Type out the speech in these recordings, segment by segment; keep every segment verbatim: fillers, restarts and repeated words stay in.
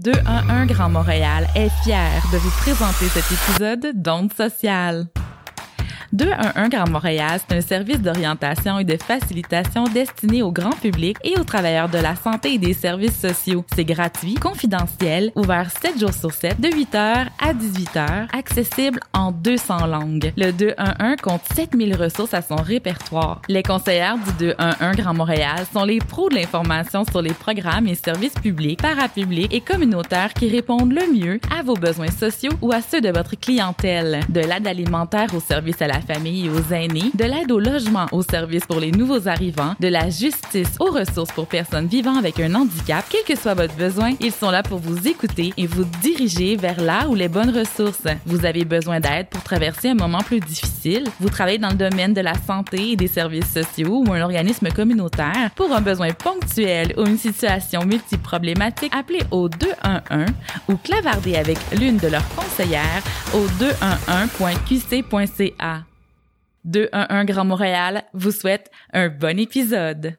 deux un un Grand Montréal est fier de vous présenter cet épisode d'Ondes sociales. deux un un Grand Montréal, c'est un service d'orientation et de facilitation destiné au grand public et aux travailleurs de la santé et des services sociaux. C'est gratuit, confidentiel, ouvert sept jours sur sept, de huit heures à dix-huit heures, accessible en deux cents langues. Le deux un un compte sept mille ressources à son répertoire. Les conseillères du deux un un Grand Montréal sont les pros de l'information sur les programmes et services publics, parapublics et communautaires qui répondent le mieux à vos besoins sociaux ou à ceux de votre clientèle. De l'aide alimentaire aux services à la famille et aux aînés, de l'aide au logement aux services pour les nouveaux arrivants, de la justice aux ressources pour personnes vivant avec un handicap, quel que soit votre besoin, ils sont là pour vous écouter et vous diriger vers là où les bonnes ressources. Vous avez besoin d'aide pour traverser un moment plus difficile, vous travaillez dans le domaine de la santé et des services sociaux ou un organisme communautaire, pour un besoin ponctuel ou une situation multiproblématique, appelez au deux un un ou clavardez avec l'une de leurs conseillères au deux un un point q c point c a. deux un un Grand Montréal vous souhaite un bon épisode.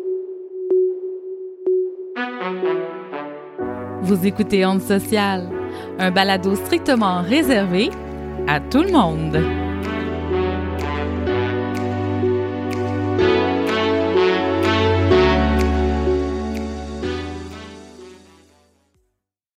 Vous écoutez Ondes sociales, un balado strictement réservé à tout le monde.